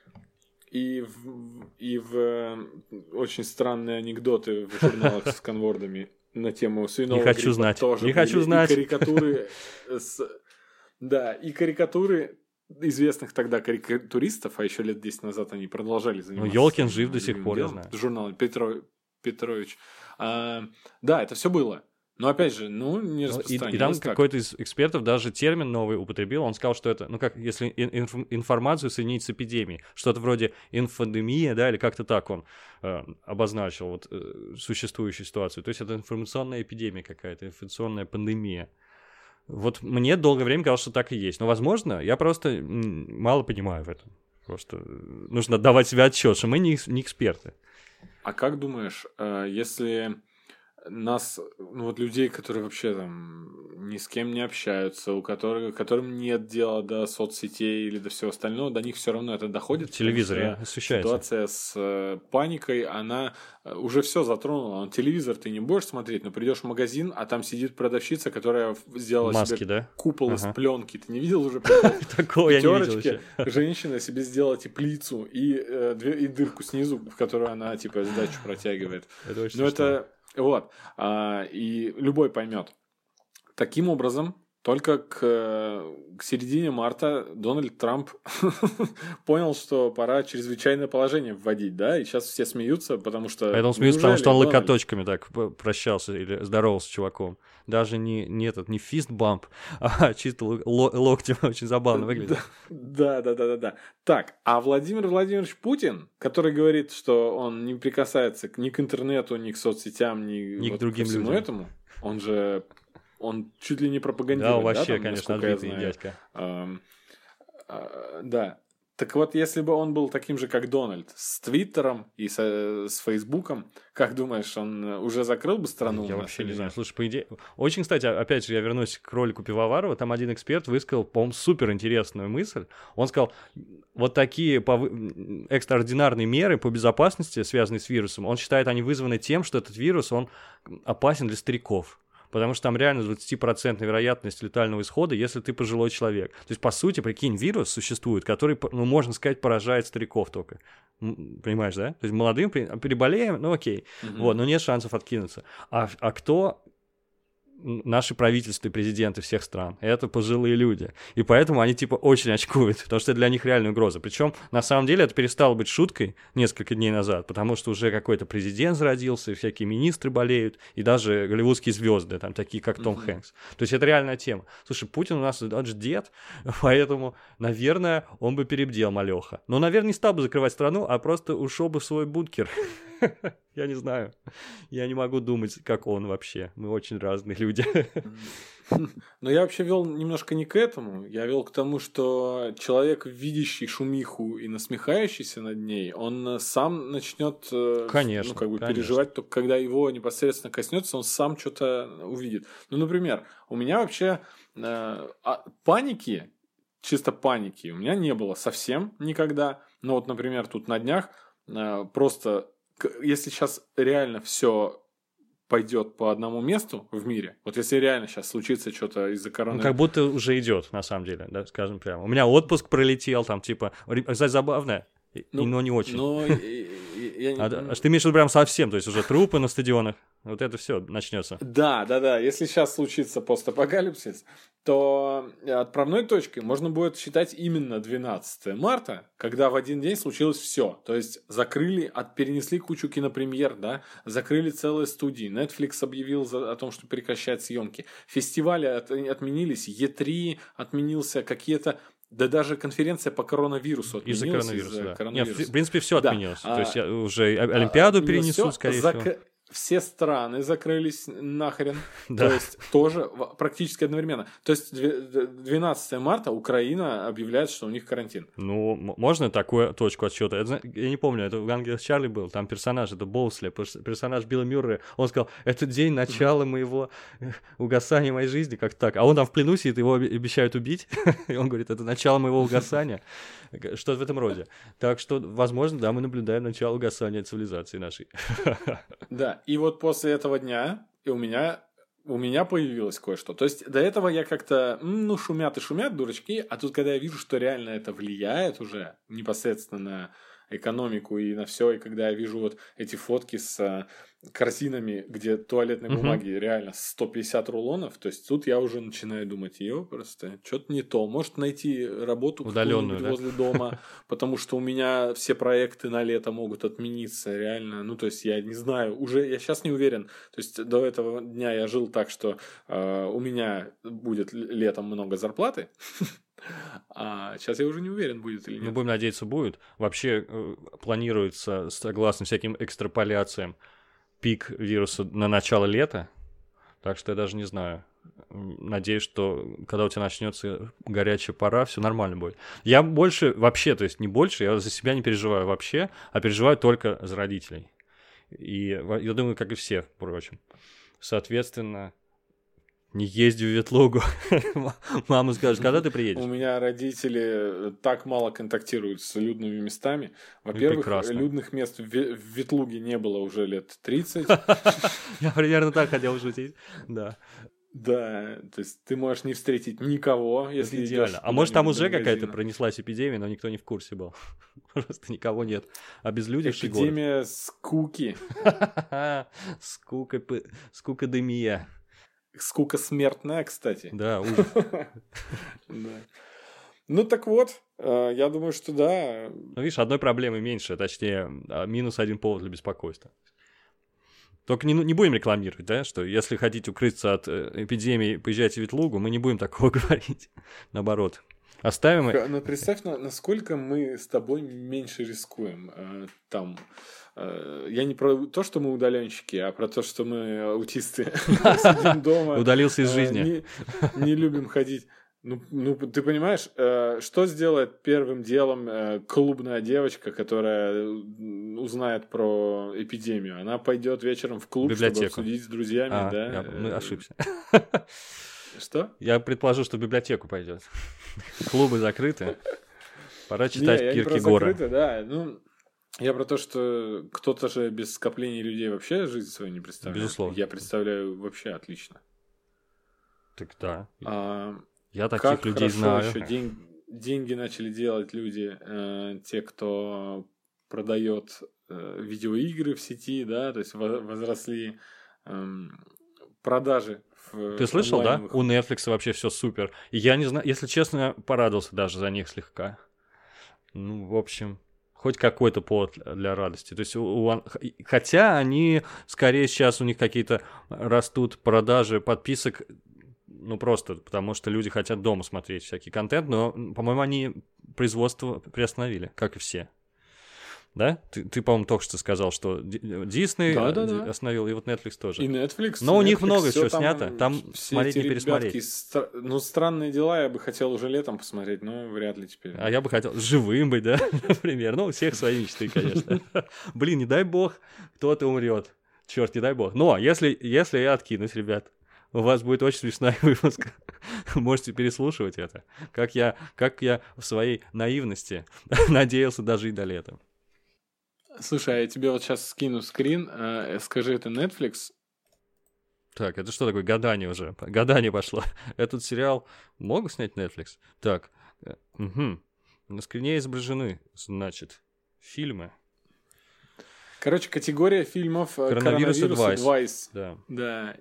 A: И в, и в э, очень странные анекдоты в журналах с конвордами на тему свиного
B: гриппа. Не хочу знать,
A: тоже
B: не хочу знать.
A: И карикатуры с... Да, и карикатуры... известных тогда карикатуристов, а еще лет десять назад они продолжали заниматься.
B: Ну, Ёлкин жив до сих пор, делом, я знаю.
A: Журнал Петро... Петрович. А, да, это все было. Но опять же, ну, не распространялось.
B: И, и там
A: так.
B: какой-то из экспертов даже термин новый употребил. Он сказал, что это, ну, как если инф, информацию соединить с эпидемией. Что-то вроде инфодемия, да, или как-то так он э, обозначил вот, э, существующую ситуацию. То есть это информационная эпидемия какая-то, информационная пандемия. Вот мне долгое время казалось, что так и есть. Но, возможно, я просто мало понимаю в этом. Просто нужно отдавать себе отчет, что мы не, не эксперты.
A: А как думаешь, если нас, ну вот людей, которые вообще там ни с кем не общаются, у которых, которым нет дела до соцсетей или до всего остального, до них все равно это доходит?
B: В телевизоре освещается.
A: Ситуация с э, паникой, она уже все затронула. Он телевизор ты не будешь смотреть, но придешь в магазин, а там сидит продавщица, которая сделала
B: Маски,
A: себе
B: да?
A: купол
B: ага.
A: из пленки. Ты не видел уже?
B: Такого я не видел еще.
A: Женщина себе сделала теплицу и, э, и дырку снизу, в которую она типа сдачу протягивает.
B: Это очень
A: но
B: смешно.
A: это вот. А, и любой поймет. Таким образом, только к, к середине марта Дональд Трамп понял, что пора чрезвычайное положение вводить, да, и сейчас все смеются, потому что...
B: Поэтому смеются, потому что он Дональд... локоточками так прощался или здоровался с чуваком. Даже не, не этот, не фист-бамп, а чисто л- локтем. Очень забавно выглядит.
A: Да, да, да, да, да. Так, а Владимир Владимирович Путин, который говорит, что он не прикасается ни к интернету, ни к соцсетям, ни,
B: ни
A: вот
B: к другим
A: ко всему
B: людям.
A: этому, он же... Он чуть ли не пропагандирует,
B: да? вообще,
A: да, там,
B: конечно,
A: насколько я знаю.
B: дядька.
A: А, а, да. Так вот, если бы он был таким же, как Дональд, с Твиттером и со, с Фейсбуком, как думаешь, он уже закрыл бы страну?
B: Я вообще не знаю. Слушай, по идее... Очень, кстати, опять же, я вернусь к ролику Пивоварова, там один эксперт высказал, по-моему, суперинтересную мысль. Он сказал, вот такие пов... экстраординарные меры по безопасности, связанные с вирусом, он считает, они вызваны тем, что этот вирус, он опасен для стариков. Потому что там реально двадцать процентов вероятность летального исхода, если ты пожилой человек. То есть, по сути, прикинь, вирус существует, который, ну, можно сказать, поражает стариков только. Понимаешь, да? То есть, молодым переболеем, ну, окей. Mm-hmm. Вот, но нет шансов откинуться. А, а кто... Наши правительства и президенты всех стран. Это пожилые люди. И поэтому они, типа, очень очкуют, потому что это для них реальная угроза. Причем, на самом деле, это перестало быть шуткой несколько дней назад, потому что уже какой-то президент зародился, и всякие министры болеют, и даже голливудские звезды, там, такие, как Том mm-hmm. Хэнкс. То есть это реальная тема. Слушай, Путин у нас даже дед, поэтому, наверное, он бы перебдел малёха. Но, наверное, не стал бы закрывать страну, а просто ушел бы в свой бункер. Я не знаю. Я не могу думать, как он вообще. Мы очень разные люди.
A: Но я вообще вел немножко не к этому. Я вел к тому, что человек, видящий шумиху и насмехающийся над ней, он сам начнет
B: конечно,
A: ну, как бы
B: конечно.
A: переживать, только когда его непосредственно коснется, он сам что-то увидит. Ну, например, у меня вообще э, паники, чисто паники, у меня не было совсем никогда. Но вот, например, тут на днях э, просто... Если сейчас реально все пойдет по одному месту в мире, вот если реально сейчас случится что-то из-за коронавируса...
B: Ну, как будто уже идет, на самом деле, да, скажем прямо. У меня отпуск пролетел, там, типа, кстати, забавно, ну, но не очень.
A: Но, я, я,
B: а, а что ты имеешь в виду прям совсем, то есть уже трупы на стадионах, вот это все начнется.
A: Да, да, да, если сейчас случится постапокалипсис, то отправной точкой можно будет считать именно двенадцатое марта, когда в один день случилось все. То есть закрыли, от, перенесли кучу кинопремьер, да, закрыли целые студии. Netflix объявил за, о том, что прекращает съемки. Фестивали от, отменились, и три отменился, какие-то... Да даже конференция по коронавирусу отменилась.
B: Из-за коронавируса,
A: из-за
B: да.
A: коронавируса.
B: Нет, в принципе, все
A: да.
B: отменилось.
A: А,
B: То есть уже Олимпиаду
A: а,
B: перенесут, скорее зак... всего.
A: Все страны закрылись нахрен.
B: Да.
A: То есть тоже практически одновременно. То есть двенадцатое марта Украина объявляет, что у них карантин.
B: Ну, можно такую точку отсчета? Это, я не помню, это в «Ангелах Чарли» был, там персонаж, это Боусли, персонаж Билла Мюррея. Он сказал, это день начала моего угасания моей жизни, как так? А он там в плену сидит, его обещают убить. И он говорит, это начало моего угасания. Что-то в этом роде. Так что, возможно, да, мы наблюдаем начало угасания цивилизации нашей.
A: Да, и вот после этого дня и у меня, у меня появилось кое-что. То есть до этого я как-то, ну, шумят и шумят, дурачки, а тут, когда я вижу, что реально это влияет уже непосредственно на экономику и на все, и когда я вижу вот эти фотки с корзинами, где туалетной бумаги uh-huh. реально сто пятьдесят рулонов, то есть тут я уже начинаю думать, ее просто что-то не то, может найти работу
B: удаленную, да?
A: возле дома, потому что у меня все проекты на лето могут отмениться, реально, ну то есть я не знаю, уже я сейчас не уверен, то есть до этого дня я жил так, что э, у меня будет летом много зарплаты. А сейчас я уже не уверен, будет или нет.
B: Мы будем надеяться, будет. Вообще э, планируется, согласно всяким экстраполяциям, пик вируса на начало лета. Так что я даже не знаю. Надеюсь, что когда у тебя начнется горячая пора, все нормально будет. Я больше, вообще, то есть не больше, я за себя не переживаю вообще, а переживаю только за родителей. И я думаю, как и все, впрочем. Соответственно... Не езди в Ветлугу. Мама скажет, когда ты приедешь?
A: У меня родители так мало контактируют с людными местами. Во-первых, людных мест в Ветлуге не было уже лет тридцать.
B: Я примерно так хотел шутить. Да.
A: Да, то есть ты можешь не встретить никого, если идешь.
B: А может там уже какая-то пронеслась эпидемия, но никто не в курсе был. Просто никого нет. А безлюдевший город.
A: Эпидемия скуки.
B: Скука, скукодемия.
A: Скука смертная, кстати.
B: Да, ужас.
A: Да. Ну так вот, я думаю, что да.
B: Ну видишь, одной проблемы меньше, точнее, минус один повод для беспокойства. Только не, не будем рекламировать, да, что если хотите укрыться от эпидемии, поезжайте в Ветлугу, мы не будем такого говорить. Наоборот. Оставим...
A: Ну представь, насколько мы с тобой меньше рискуем там... Я не про то, что мы удаленщики, а про то, что мы аутисты сидим дома.
B: Удалился из жизни.
A: Не, не любим ходить. Ну, ну, ты понимаешь, э, что сделает первым делом э, клубная девочка, которая узнает про эпидемию? Она пойдет вечером в клуб, чтобы обсудить с друзьями,
B: а,
A: да?
B: Я ну, ошибся.
A: Что?
B: Я предположу, что в библиотеку пойдет. Клубы закрыты. Пора читать
A: не,
B: Киркегора.
A: Не, закрыты, да. Ну, я про то, что кто-то же без скопления людей вообще жизнь свою не представляет.
B: Безусловно.
A: Я представляю вообще отлично.
B: Так да.
A: А,
B: Я таких
A: как
B: людей знаю.
A: Еще день, деньги начали делать люди, э, те, кто продает э, видеоигры в сети, да, то есть возросли э, продажи. В
B: Ты слышал, да?
A: онлайновых...
B: У Netflix вообще все супер. И я не знаю, если честно, порадовался даже за них слегка. Ну, в общем, хоть какой-то повод для радости. То есть, у, у, хотя они, скорее, сейчас у них какие-то растут продажи подписок, ну, просто потому что люди хотят дома смотреть всякий контент, но, по-моему, они производство приостановили, как и все. Да? Ты, ты по-моему, только что сказал, что Disney
A: да, да, да.
B: остановил, и вот Netflix тоже.
A: И Netflix.
B: Но у
A: Netflix,
B: них много всего
A: там,
B: снято. Там смотреть не пересмотреть.
A: Стра... Ну, странные дела я бы хотел уже летом посмотреть, но вряд ли теперь.
B: А я бы хотел живым быть, да, например. Ну, у всех свои мечты, конечно. Блин, не дай бог, кто-то умрет. Черт, не дай бог. Но если, если я откинусь, ребят, у вас будет очень смешной выпуск. Можете переслушивать это. Как я, как я в своей наивности надеялся дожить до лета.
A: Слушай, а я тебе вот сейчас скину скрин. Э, скажи, это Netflix?
B: Так, это что такое? Гадание уже. Гадание пошло. Этот сериал могут снять Netflix? Так, угу. На скрине изображены, значит, фильмы.
A: Короче, категория фильмов
B: Коронавирус
A: Коронавирус Advice.
B: Да.
A: Да.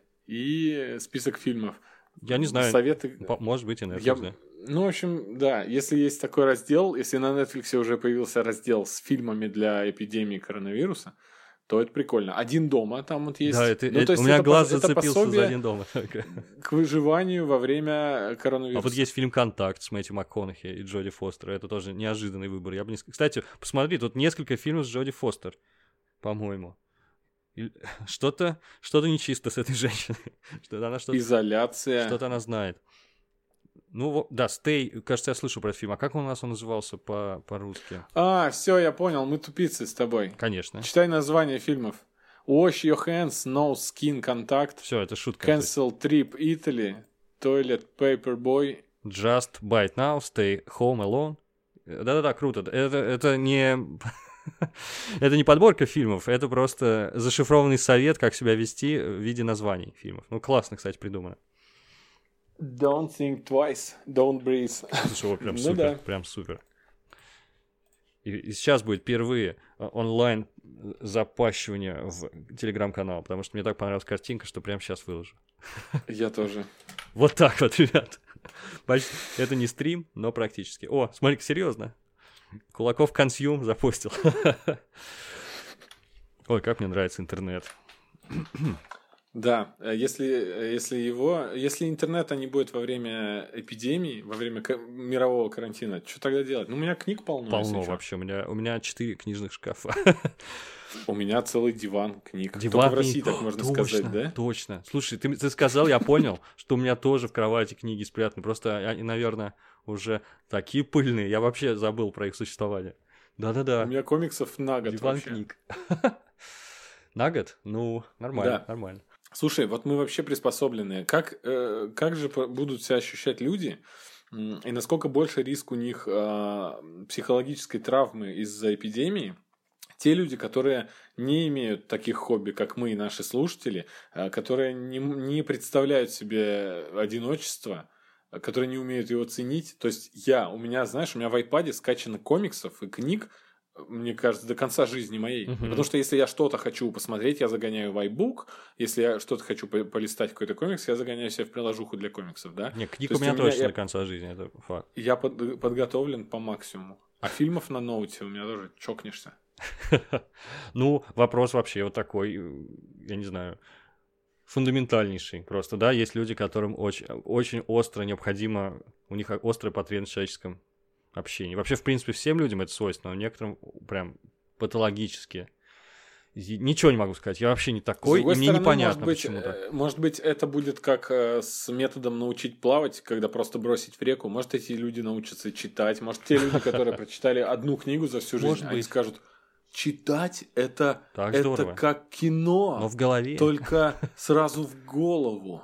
A: И список фильмов.
B: Я не знаю.
A: Советы...
B: Может быть и Netflix,
A: я...
B: да.
A: Ну, в общем, да, если есть такой раздел, если на Netflix уже появился раздел с фильмами для эпидемии коронавируса, то это прикольно. «Один дома» там вот есть.
B: Да, это,
A: ну,
B: это,
A: то есть
B: у меня
A: это
B: глаз
A: пос...
B: зацепился за «Один дома».
A: К выживанию во время коронавируса.
B: А вот есть фильм «Контакт» с Мэтью МакКонахи и Джоди Фостер. Это тоже неожиданный выбор. Я бы не... Кстати, посмотри, тут несколько фильмов с Джоди Фостер, по-моему. Что-то, что-то нечисто с этой женщиной. Что-то она что-то...
A: Изоляция.
B: Что-то она знает. Ну, да, «Стей», кажется, я слышу про этот фильм. А как он у нас он назывался по- по-русски?
A: А, все, я понял, мы тупицы с тобой.
B: Конечно.
A: Читай название фильмов. Wash your hands, no skin contact.
B: Все, это шутка.
A: Cancel trip Italy, Toilet paper boy.
B: Just bite now, stay home alone. Да-да-да, круто. Это, это не... это не подборка фильмов, это просто зашифрованный совет, как себя вести в виде названий фильмов. Ну, классно, кстати, придумано.
A: Don't think twice, don't breathe.
B: Слушай, вот прям
A: ну,
B: супер,
A: да.
B: прям супер. И, и сейчас будет впервые онлайн запащивание в телеграм-канал, потому что мне так понравилась картинка, что прямо сейчас выложу.
A: Я тоже.
B: Вот так вот, ребят. Почти. Это не стрим, но практически. О, смотри-ка, серьезно. Кулаков консюм запустил. Ой, как мне нравится интернет.
A: Да, если, если его, если интернета не будет во время эпидемии, во время ка- мирового карантина, что тогда делать? Ну, у меня книг полно.
B: Полно вообще. У меня, у меня четыре книжных шкафа.
A: У меня целый диван книг.
B: Диван
A: Только в России
B: книг.
A: так можно
B: точно,
A: сказать, да?
B: Точно. Слушай, ты, ты сказал, я понял, что у меня тоже в кровати книги спрятаны. Просто они, наверное, уже такие пыльные. Я вообще забыл про их существование. Да-да-да.
A: У меня комиксов на год
B: Диван
A: вообще.
B: книг. На год? Ну, нормально,
A: Да.
B: нормально.
A: Слушай, вот мы вообще приспособленные. Как, э, как же будут себя ощущать люди, и насколько больше риск у них э, психологической травмы из-за эпидемии? Те люди, которые не имеют таких хобби, как мы и наши слушатели, э, которые не, не представляют себе одиночество, э, которые не умеют его ценить. То есть я, у меня, знаешь, у меня в айпаде скачано комиксов и книг, мне кажется, до конца жизни моей. Uh-huh. Потому что если я что-то хочу посмотреть, я загоняю в iBook. Если я что-то хочу по- полистать какой-то комикс, я загоняю себе в приложуху для комиксов, да?
B: Нет, книг у меня точно я... до конца жизни, это факт.
A: Я под- подготовлен по максимуму. А фильмов на ноуте у меня тоже чокнешься.
B: Ну, вопрос вообще вот такой, я не знаю, фундаментальнейший просто, да? Есть люди, которым очень, очень остро необходимо, у них острая потребность в человеческом общении. Вообще, в принципе, всем людям это свойственно, но некоторым прям патологически Ничего не могу сказать. Я вообще не такой, и мне
A: стороны,
B: непонятно
A: может быть,
B: почему-то.
A: Может быть, это будет как э, с методом научить плавать, когда просто бросить в реку. Может, эти люди научатся читать. Может, те люди, которые прочитали одну книгу за всю жизнь, они скажут: читать это, это как кино,
B: но в голове.
A: Только сразу в голову.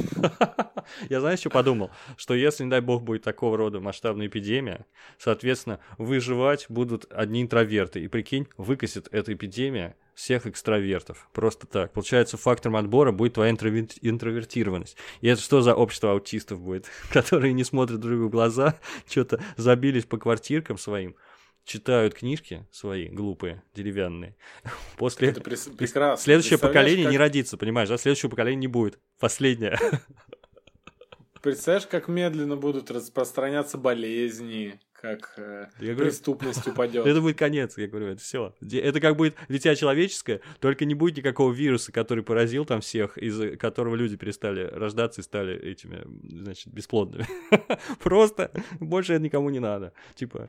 B: Я, знаешь, что подумал? Что если, не дай бог, будет такого рода масштабная эпидемия, соответственно, выживать будут одни интроверты. И прикинь, выкосит эта эпидемия всех экстравертов. Просто так. Получается, фактором отбора будет твоя интровер- интровертированность. И это что за общество аутистов будет, которые не смотрят друг другу в глаза, что-то забились по квартиркам своим, читают книжки свои глупые, деревянные. После...
A: Это прекрасно.
B: Следующее поколение как... не родится, понимаешь, да? Следующего поколения не будет. Последнее.
A: Представляешь, как медленно будут распространяться болезни, как э, преступность упадет.
B: Это будет конец, я говорю, это все. Это как будет дитя человеческое, только не будет никакого вируса, который поразил там всех, из-за которого люди перестали рождаться и стали этими, значит, бесплодными. Просто больше это никому не надо. Типа,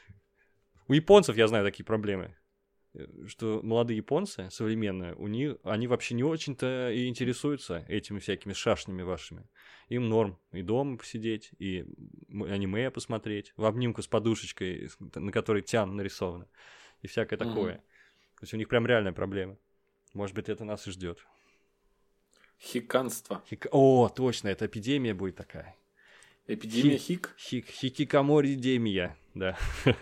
B: у японцев я знаю такие проблемы, что молодые японцы, современные, у них, они вообще не очень-то и интересуются этими всякими шашнями вашими. Им норм и дома посидеть, и аниме посмотреть, в обнимку с подушечкой, на которой тян нарисовано, и всякое такое. Mm-hmm. То есть у них прям реальная проблема. Может быть, это нас и ждет.
A: Хиканство.
B: Хик... О, точно, это эпидемия будет такая.
A: Эпидемия хик?
B: Хик, хикикаморидемия, да.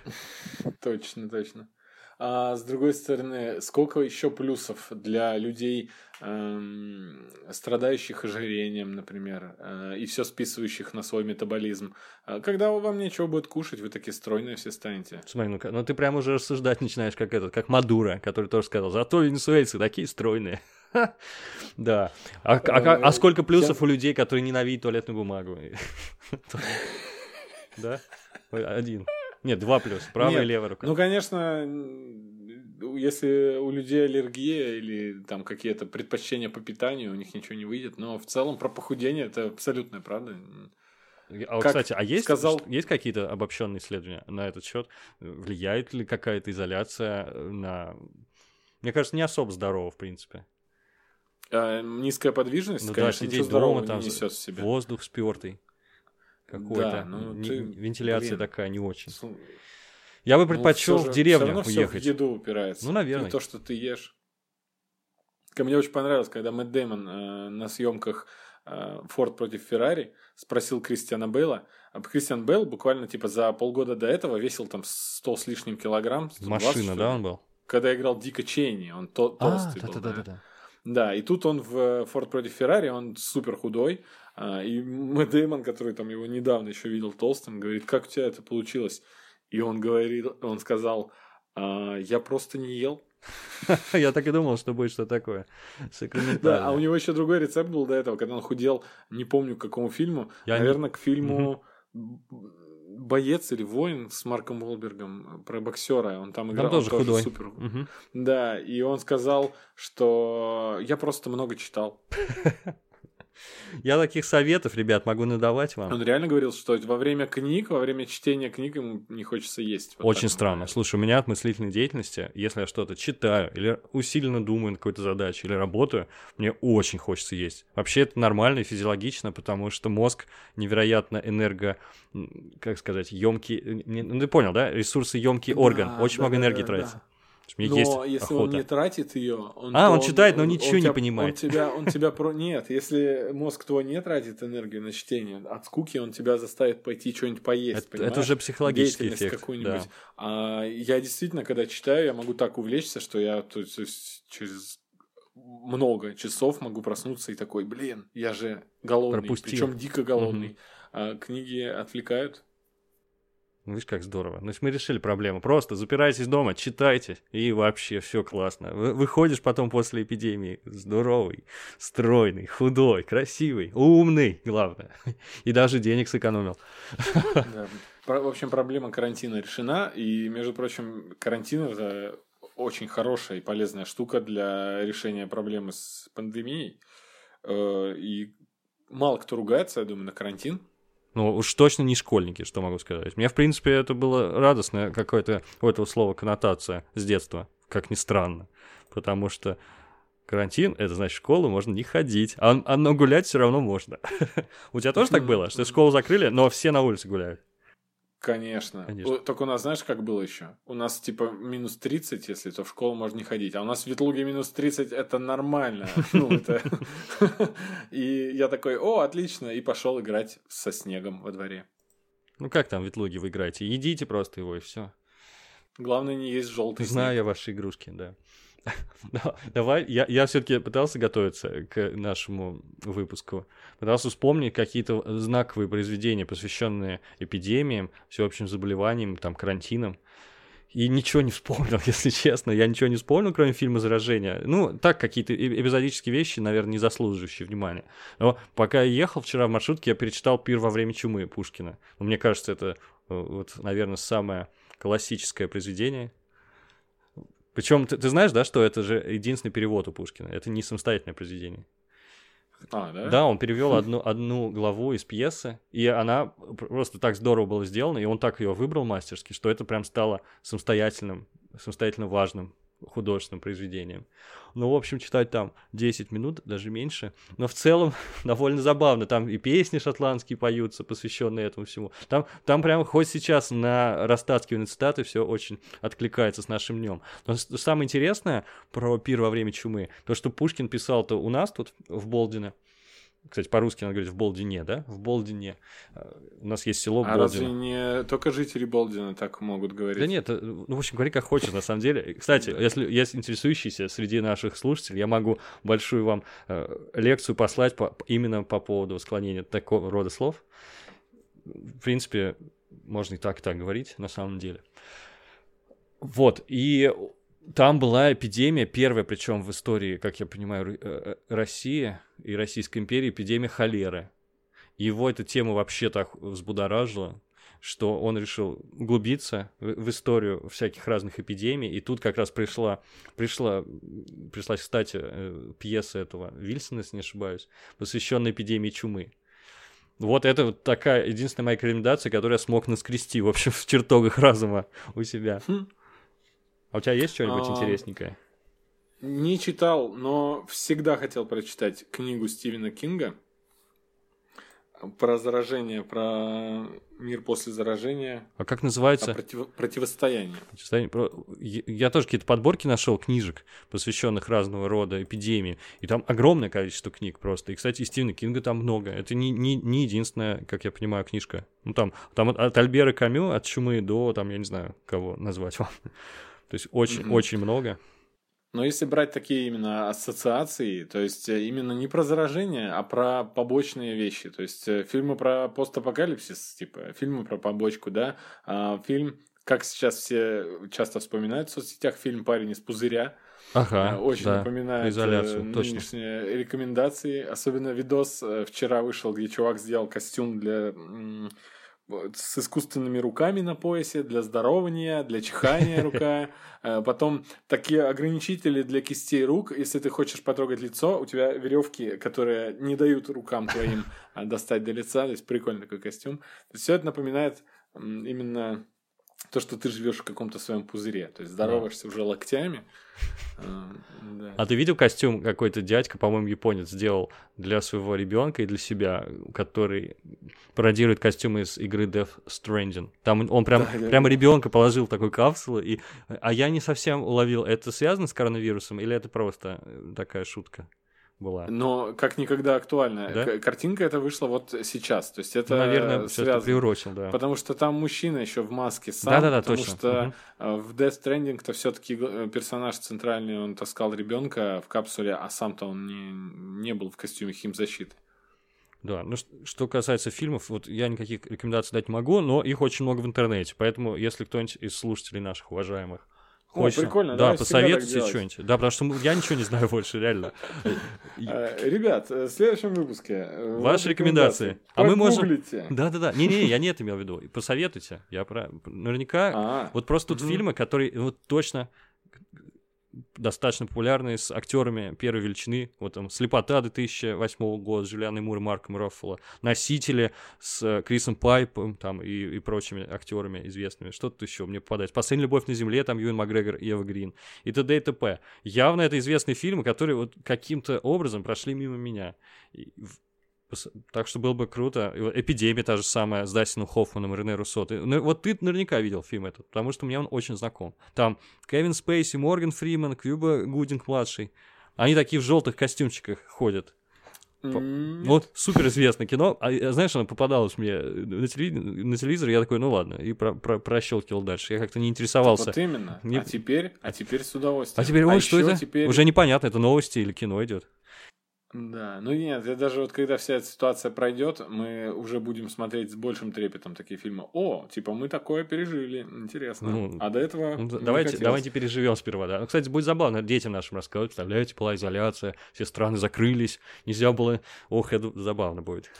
A: Точно, точно. А с другой стороны, сколько еще плюсов для людей, эм, страдающих ожирением, например, э, и все списывающих на свой метаболизм. Когда вам нечего будет кушать, вы такие стройные все станете.
B: Смотри, ну, ну ты прям уже рассуждать начинаешь, как этот, как Мадуро, который тоже сказал: зато венесуэльцы такие стройные. Да. А сколько плюсов у людей, которые ненавидят туалетную бумагу? Да? Один. Нет, два плюса. Правая и левая рука.
A: Ну, конечно, если у людей аллергия или там какие-то предпочтения по питанию, у них ничего не выйдет. Но в целом про похудение это абсолютная правда.
B: А, кстати, а есть, сказал... есть какие-то обобщенные исследования на этот счет? Влияет ли какая-то изоляция на... Мне кажется, не особо здорово, в принципе.
A: А, низкая подвижность,
B: ну,
A: конечно,
B: да,
A: ничего здорового
B: там,
A: не несет в себе.
B: Воздух спёртый. Какой-то.
A: Да, ну,
B: не,
A: ты...
B: Вентиляция
A: Блин.
B: такая не очень. Я бы предпочел ну, в деревню
A: все
B: уехать.
A: Все в еду упирается.
B: Ну, наверное.
A: И то, что ты ешь. Мне очень понравилось, когда Мэтт Дэймон э, на съемках э, «Форд против Феррари» спросил Кристиана Бейла. А Кристиан Бейл буквально типа за полгода до этого весил там сто с лишним килограмм. сто двадцать,
B: Машина, да, он был?
A: Когда играл Дика Чейни, он то- толстый
B: а,
A: был.
B: Да, да, да, да.
A: Да, и тут он в «Форд против Феррари», он супер худой. И Мэтт Дэймон, который там его недавно еще видел толстым, говорит: как у тебя это получилось? И он говорил, он сказал: я просто не ел.
B: Я так и думал, что будет что такое.
A: Да, а у него еще другой рецепт был до этого, когда он худел, не помню к какому фильму, наверное, к фильму «Боец» или «Воин» с Марком Уолбергом про боксера. Он там играл.
B: Там тоже худой.
A: Супер. Да, и он сказал, что я просто много читал.
B: Я таких советов, ребят, могу надавать вам.
A: Он реально говорил, что во время книг, во время чтения книг ему не хочется есть.
B: Вот очень странно. Бывает. Слушай, у меня от мыслительной деятельности, если я что-то читаю, или усиленно думаю над какой-то задачей, или работаю, мне очень хочется есть. Вообще это нормально и физиологично, потому что мозг невероятно энерго... Как сказать? Ёмкий... Ну, ты понял, да? Ресурсоемкий
A: да,
B: орган. Очень
A: да,
B: много
A: да,
B: энергии
A: да,
B: тратится.
A: Да.
B: Мне
A: Но
B: есть
A: если
B: охота.
A: он не тратит ее, он,
B: а, он
A: он
B: читает, но
A: он,
B: ничего
A: он
B: не
A: тебя,
B: понимает.
A: Он тебя, он тебя про... Нет, если мозг твой не тратит энергию на чтение, от скуки он тебя заставит пойти что-нибудь поесть.
B: Это, это уже психологический эффект.
A: Какую-нибудь.
B: Да.
A: А я действительно, когда читаю, я могу так увлечься, что я то есть, через много часов могу проснуться и такой: блин, я же голодный,
B: пропустил.
A: Причем дико голодный. Угу. А книги отвлекают.
B: Ну, видишь, как здорово. Ну, мы решили проблему. Просто запирайтесь дома, читайте, и вообще все классно. Выходишь потом после эпидемии здоровый, стройный, худой, красивый, умный, главное. И даже денег сэкономил.
A: Да. В общем, проблема карантина решена. И, между прочим, карантин – это очень хорошая и полезная штука для решения проблемы с пандемией. И мало кто ругается, я думаю, на карантин.
B: Ну, уж точно не школьники, что могу сказать. Мне, в принципе, это было радостно, какое-то у этого слова коннотация с детства. как ни странно. Потому что карантин, это значит, в школу можно не ходить, а, а но гулять все равно можно. У тебя тоже так было, что школу закрыли, но все на улице гуляют?
A: Конечно.
B: Конечно.
A: Только у нас, знаешь, как было еще? У нас типа минус тридцать, если то в школу можно не ходить. А у нас в Ветлуге минус тридцать это нормально. Ну, это... И я такой, о, отлично, и пошел играть со снегом во дворе.
B: Ну как там в Ветлуге вы играете? Едите просто его и все.
A: Главное не есть желтый снег.
B: Знаю я ваши игрушки, да. Давай, я, я все-таки пытался готовиться к нашему выпуску, пытался вспомнить какие-то знаковые произведения, посвященные эпидемиям, всеобщим заболеваниям, там, карантинам. И ничего не вспомнил, если честно. Я ничего не вспомнил, кроме фильма «Заражение». Ну, так, какие-то эпизодические вещи, наверное, не заслуживающие внимания. Но пока я ехал вчера в маршрутке, я перечитал «Пир во время чумы» Пушкина. Мне кажется, это, вот, наверное, самое классическое произведение. Причем ты, ты знаешь, да, что это же единственный перевод у Пушкина. Это не самостоятельное произведение.
A: А, да?
B: Да, он перевел одну, одну главу из пьесы, и она просто так здорово была сделана, и он так ее выбрал мастерски, что это прям стало самостоятельным, самостоятельно важным художественным произведением. Ну, в общем, читать там десять минут, даже меньше. Но в целом довольно забавно. Там и песни шотландские поются, посвященные этому всему. Там, там прямо хоть сейчас на растаскиванные цитаты все очень откликается с нашим днем. Но самое интересное про «Пир во время чумы», то, что Пушкин писал-то у нас тут, в Болдино. Кстати, по-русски надо говорить в Болдине, да? В Болдине. У нас есть село
A: а
B: Болдино.
A: А разве не только жители Болдина так могут говорить?
B: Да нет, ну, в общем, говори как хочешь, на самом деле. Кстати, если есть интересующиеся среди наших слушателей, я могу большую вам э, лекцию послать по, именно по поводу склонения такого рода слов. В принципе, можно и так, и так говорить, на самом деле. Вот, и... Там была эпидемия, первая, причем в истории, как я понимаю, России и Российской империи, эпидемия холеры. Его эта тема вообще так взбудоражила, что он решил углубиться в, в историю всяких разных эпидемий. И тут как раз пришла, пришла, пришла, кстати, пьеса этого Вильсона, если не ошибаюсь, посвященная эпидемии чумы. Вот это вот такая единственная моя рекомендация, которую я смог наскрести, в общем, в чертогах разума у себя. А у тебя есть что-нибудь а, интересненькое?
A: Не читал, но всегда хотел прочитать книгу Стивена Кинга про заражение, про мир после заражения.
B: А как называется?
A: Против... Противостояние.
B: Я тоже какие-то подборки нашел книжек, посвященных разного рода эпидемиям. И там огромное количество книг просто. И, кстати, и Стивена Кинга там много. Это не, не, не единственная, как я понимаю, книжка. Ну, там, там от, от Альбера Камю, от чумы до, там, я не знаю, кого назвать вам. То есть очень, mm-hmm. очень много.
A: Но если брать такие именно ассоциации, то есть именно не про заражение, а про побочные вещи. То есть фильмы про постапокалипсис, типа фильмы про побочку, да. А фильм, как сейчас все часто вспоминают в соцсетях, фильм «Парень из пузыря».
B: Ага,
A: очень
B: да,
A: напоминает
B: изоляцию,
A: нынешние точно. Рекомендации. Особенно видос вчера вышел, где чувак сделал костюм для... с искусственными руками на поясе, для здорования, для чихания рука. Потом такие ограничители для кистей рук. Если ты хочешь потрогать лицо, у тебя веревки, которые не дают рукам твоим достать до лица. То есть прикольный такой костюм. Все это напоминает именно то, что ты живешь в каком-то своем пузыре. То есть здороваешься да. уже локтями.
B: Да. А ты видел костюм какой-то дядька, по-моему, японец, сделал для своего ребенка и для себя, который пародирует костюм из игры Death Stranding. Там он прям, да, прямо ребенка положил в такую капсулу. И... А я не совсем уловил, это связано с коронавирусом или это просто такая шутка была?
A: Но как никогда актуальная.
B: Да?
A: Картинка эта вышла вот сейчас. То есть это
B: ну, наверное,
A: связано.
B: Приурочил, да.
A: Потому что там мужчина еще в маске сам.
B: Да-да-да,
A: потому
B: точно.
A: что угу. в Death Stranding-то все-таки персонаж центральный, он таскал ребенка в капсуле, а сам-то он не, не был в костюме химзащиты.
B: Да, ну что касается фильмов, вот я никаких рекомендаций дать могу, но их очень много в интернете. Поэтому, если кто-нибудь из слушателей наших уважаемых
A: О, прикольно,
B: да, посоветуйте что-нибудь. Да, потому что я ничего не знаю больше, реально.
A: Ребят, в следующем выпуске
B: ваши рекомендации. А мы можем... Да-да-да. Не-не, я не это имел в виду. Посоветуйте. Я про... Наверняка... Вот просто тут фильмы, которые вот точно... достаточно популярные, с актерами первой величины. Вот там «Слепота» две тысячи восьмого года с Джулианой Мур и Марком Руффало, «Носители» с Крисом Пайпом там, и, и прочими актерами известными. Что тут еще мне попадается? «Последняя любовь на земле», там Юэн Макгрегор и Ева Грин и т.д. и т.п. Явно это известные фильмы, которые вот каким-то образом прошли мимо меня. И, так что было бы круто. «Эпидемия» та же самая с Дастином Хоффманом и Рене Руссо. Ты, ну, вот ты наверняка видел фильм этот, потому что мне он очень знаком. Там Кевин Спейси, Морган Фриман, Кьюба Гудинг-младший. Они такие в желтых костюмчиках ходят. Mm-hmm. Вот суперизвестное кино. А знаешь, оно попадалось мне на, телевизор, на телевизор, я такой, ну ладно, и про- про- прощелкивал дальше. Я как-то не интересовался.
A: Вот именно. Мне... А теперь, а теперь с удовольствием.
B: А теперь,
A: а
B: ой, что это?
A: Теперь...
B: Уже непонятно, это новости или кино идет.
A: Да, ну нет, я даже вот когда вся эта ситуация пройдет, мы уже будем смотреть с большим трепетом такие фильмы. О, типа мы такое пережили, интересно. Ну, а до этого
B: ну, давайте, давайте переживем сперва, да. Ну, кстати, будет забавно детям нашим рассказывать, представляете, была изоляция, все страны закрылись, нельзя было, ох, это забавно будет.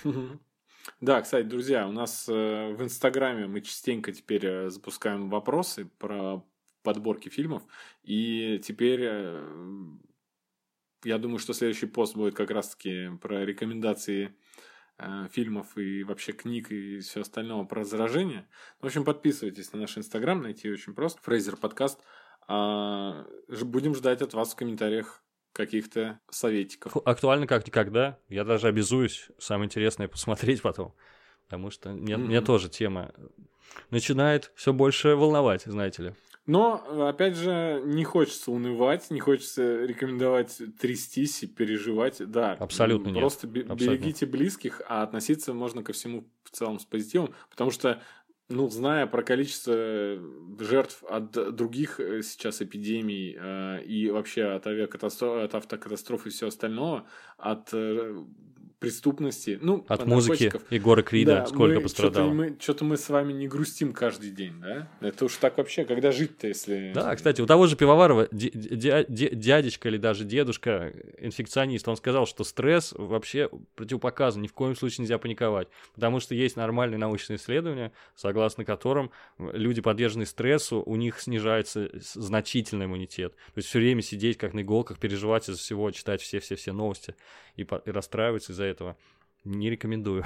A: Да, кстати, друзья, у нас э, в Инстаграме мы частенько теперь э, запускаем вопросы про подборки фильмов, и теперь... Э, Я думаю, что следующий пост будет как раз-таки про рекомендации э, фильмов и вообще книг и все остальное про заражение. В общем, подписывайтесь на наш Инстаграм, найти очень просто. Фрейзер подкаст. А, будем ждать от вас в комментариях каких-то советиков.
B: Актуально как никогда. Я даже обязуюсь самое интересное посмотреть потом. Потому что мне, mm-hmm. мне тоже тема начинает все больше волновать, знаете ли.
A: Но, опять же, не хочется унывать, не хочется рекомендовать трястись и переживать. Да,
B: абсолютно нет.
A: Просто берегите близких, а относиться можно ко всему в целом с позитивом. Потому что, ну, зная про количество жертв от других сейчас эпидемий э, и вообще от авиакатастроф, от автокатастроф и всего остального, от... Э, преступности, ну,
B: от музыки Егора Крида, да, сколько мы, пострадало.
A: Что-то мы, что-то мы с вами не грустим каждый день, да? Это уж так вообще, когда жить-то, если...
B: Да, кстати, у того же Пивоварова дядечка или даже дедушка, инфекционист, он сказал, что стресс вообще противопоказан, ни в коем случае нельзя паниковать, потому что есть нормальные научные исследования, согласно которым люди, подверженные стрессу, у них снижается значительный иммунитет. То есть все время сидеть как на иголках, переживать из-за всего, читать все-все-все новости и, по- и расстраиваться из-за этого не рекомендую.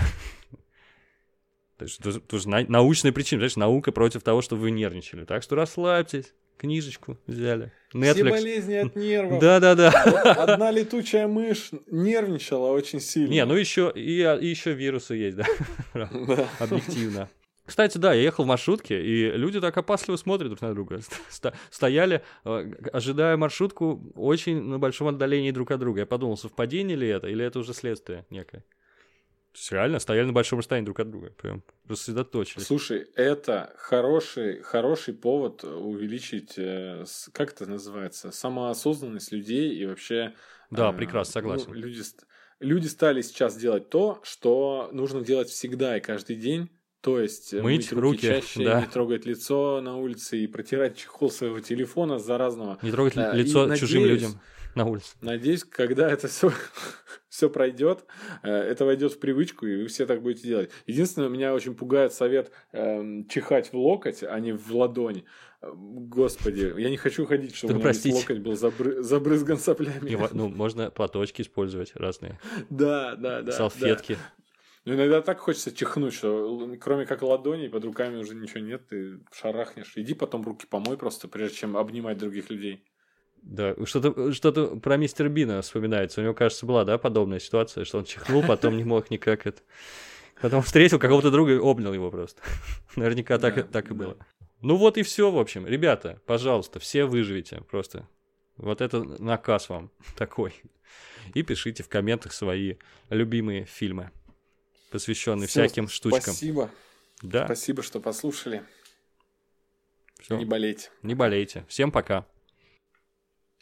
B: Тоже научная причина, знаешь, наука против того, чтобы вы нервничали. Так что расслабьтесь, книжечку взяли. Netflix.
A: Все болезни от нервов.
B: Да-да-да.
A: Одна летучая мышь нервничала очень сильно.
B: Не, ну еще и, и еще вирусы есть, да. Объективно. Кстати, да, я ехал в маршрутке, и люди так опасливо смотрят друг на друга. Стояли, ожидая маршрутку, очень на большом отдалении друг от друга. Я подумал, совпадение ли это, или это уже следствие некое. То есть реально стояли на большом расстоянии друг от друга. Прям рассредоточились.
A: Слушай, это хороший, хороший повод увеличить, как это называется, самоосознанность людей и вообще...
B: Да, прекрасно, согласен.
A: Ну, люди, люди стали сейчас делать то, что нужно делать всегда и каждый день. То есть
B: мыть,
A: мыть руки, руки чаще,
B: да.
A: не трогать лицо на улице и протирать чехол своего телефона заразного.
B: Не трогать а, лицо и, чужим надеюсь, людям на улице.
A: Надеюсь, когда это все, все пройдет, это войдет в привычку, и вы все так будете делать. Единственное, меня очень пугает совет э, чихать в локоть, а не в ладонь. Господи, я не хочу ходить, чтобы у меня локоть был забры... забрызган соплями.
B: Не, ну, можно платочки использовать разные.
A: Да, да, да.
B: Салфетки.
A: Да. Ну, иногда так хочется чихнуть, что кроме как ладоней, под руками уже ничего нет, ты шарахнешь. Иди потом руки помой просто, прежде чем обнимать других людей.
B: Да, что-то, что-то про мистера Бина вспоминается. У него, кажется, была, да, подобная ситуация, что он чихнул, потом не мог никак это... Потом встретил какого-то друга и обнял его просто. Наверняка так, да, так и да. было. Ну вот и все, в общем. Ребята, пожалуйста, все выживите просто. Вот это наказ вам такой. И пишите в комментах свои любимые фильмы, посвященные Все, всяким штучкам.
A: Спасибо.
B: Да.
A: Спасибо, что послушали.
B: Всё.
A: Не болейте.
B: Не болейте. Всем пока.